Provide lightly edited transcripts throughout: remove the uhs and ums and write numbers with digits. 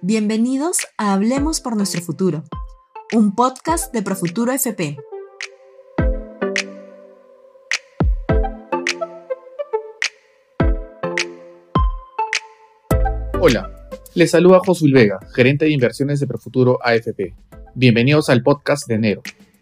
Bienvenidos a Hablemos por Nuestro Futuro, un podcast de Profuturo FP. Hola, les saluda Josué Vega, gerente de inversiones de Profuturo AFP. Bienvenidos al podcast de enero.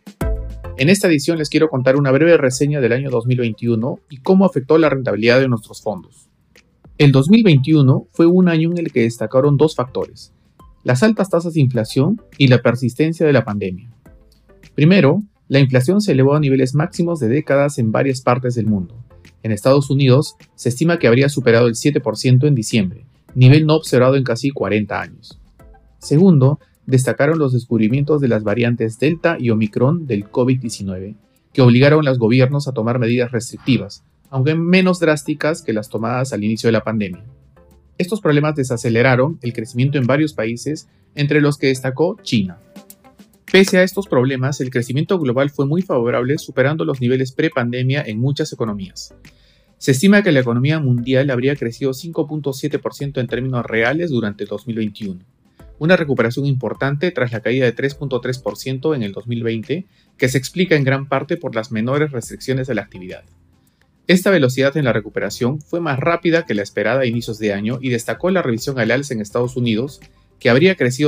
En esta edición les quiero contar una breve reseña del año 2021 y cómo afectó la rentabilidad de nuestros fondos. El 2021 fue un año en el que destacaron dos factores: las altas tasas de inflación y la persistencia de la pandemia. Primero, la inflación se elevó a niveles máximos de décadas en varias partes del mundo. En Estados Unidos, se estima que habría superado el 7% en diciembre, nivel no observado en casi 40 años. Segundo, destacaron los descubrimientos de las variantes Delta y Omicron del COVID-19, que obligaron a los gobiernos a tomar medidas restrictivas, aunque menos drásticas que las tomadas al inicio de la pandemia. Estos problemas desaceleraron el crecimiento en varios países, entre los que destacó China. Pese a estos problemas, el crecimiento global fue muy favorable, superando los niveles pre-pandemia en muchas economías. Se estima que la economía mundial habría crecido 5.7% en términos reales durante el 2021, una recuperación importante tras la caída de 3.3% en el 2020, que se explica en gran parte por las menores restricciones de la actividad. Esta velocidad en la recuperación fue más rápida que la esperada a inicios de año y destacó la revisión al alza en Estados Unidos, que habría crecido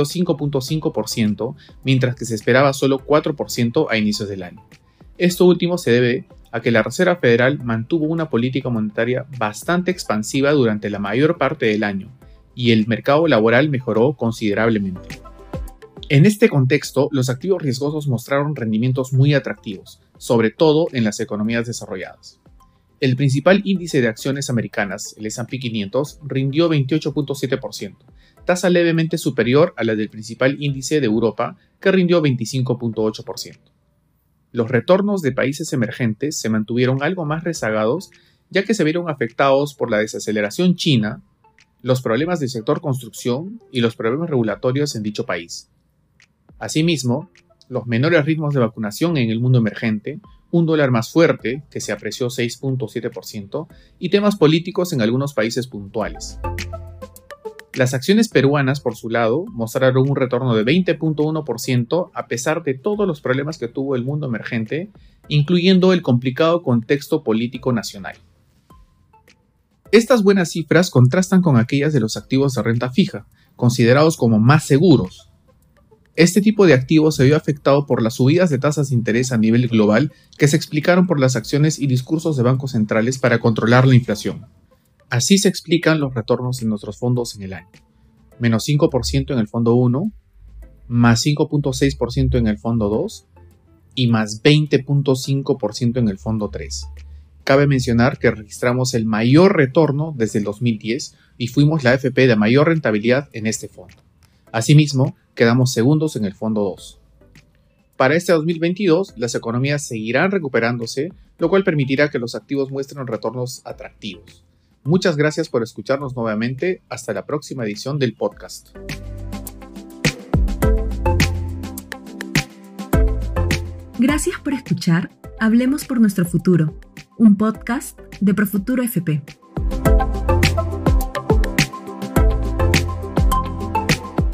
5.5%, mientras que se esperaba solo 4% a inicios del año. Esto último se debe a que la Reserva Federal mantuvo una política monetaria bastante expansiva durante la mayor parte del año, y el mercado laboral mejoró considerablemente. En este contexto, los activos riesgosos mostraron rendimientos muy atractivos, sobre todo en las economías desarrolladas. El principal índice de acciones americanas, el S&P 500, rindió 28.7%, tasa levemente superior a la del principal índice de Europa, que rindió 25.8%. Los retornos de países emergentes se mantuvieron algo más rezagados, ya que se vieron afectados por la desaceleración china, los problemas del sector construcción y los problemas regulatorios en dicho país. Asimismo, los menores ritmos de vacunación en el mundo emergente, un dólar más fuerte, que se apreció 6.7%, y temas políticos en algunos países puntuales. Las acciones peruanas, por su lado, mostraron un retorno de 20.1% a pesar de todos los problemas que tuvo el mundo emergente, incluyendo el complicado contexto político nacional. Estas buenas cifras contrastan con aquellas de los activos de renta fija, considerados como más seguros. Este tipo de activos se vio afectado por las subidas de tasas de interés a nivel global que se explicaron por las acciones y discursos de bancos centrales para controlar la inflación. Así se explican los retornos en nuestros fondos en el año: menos 5% en el fondo 1, más 5.6% en el fondo 2 y más 20.5% en el fondo 3. Cabe mencionar que registramos el mayor retorno desde el 2010 y fuimos la AFP de mayor rentabilidad en este fondo. Asimismo, quedamos segundos en el fondo 2. Para este 2022, las economías seguirán recuperándose, lo cual permitirá que los activos muestren retornos atractivos. Muchas gracias por escucharnos nuevamente. Hasta la próxima edición del podcast. Gracias por escuchar Hablemos por Nuestro Futuro, un podcast de Profuturo FP.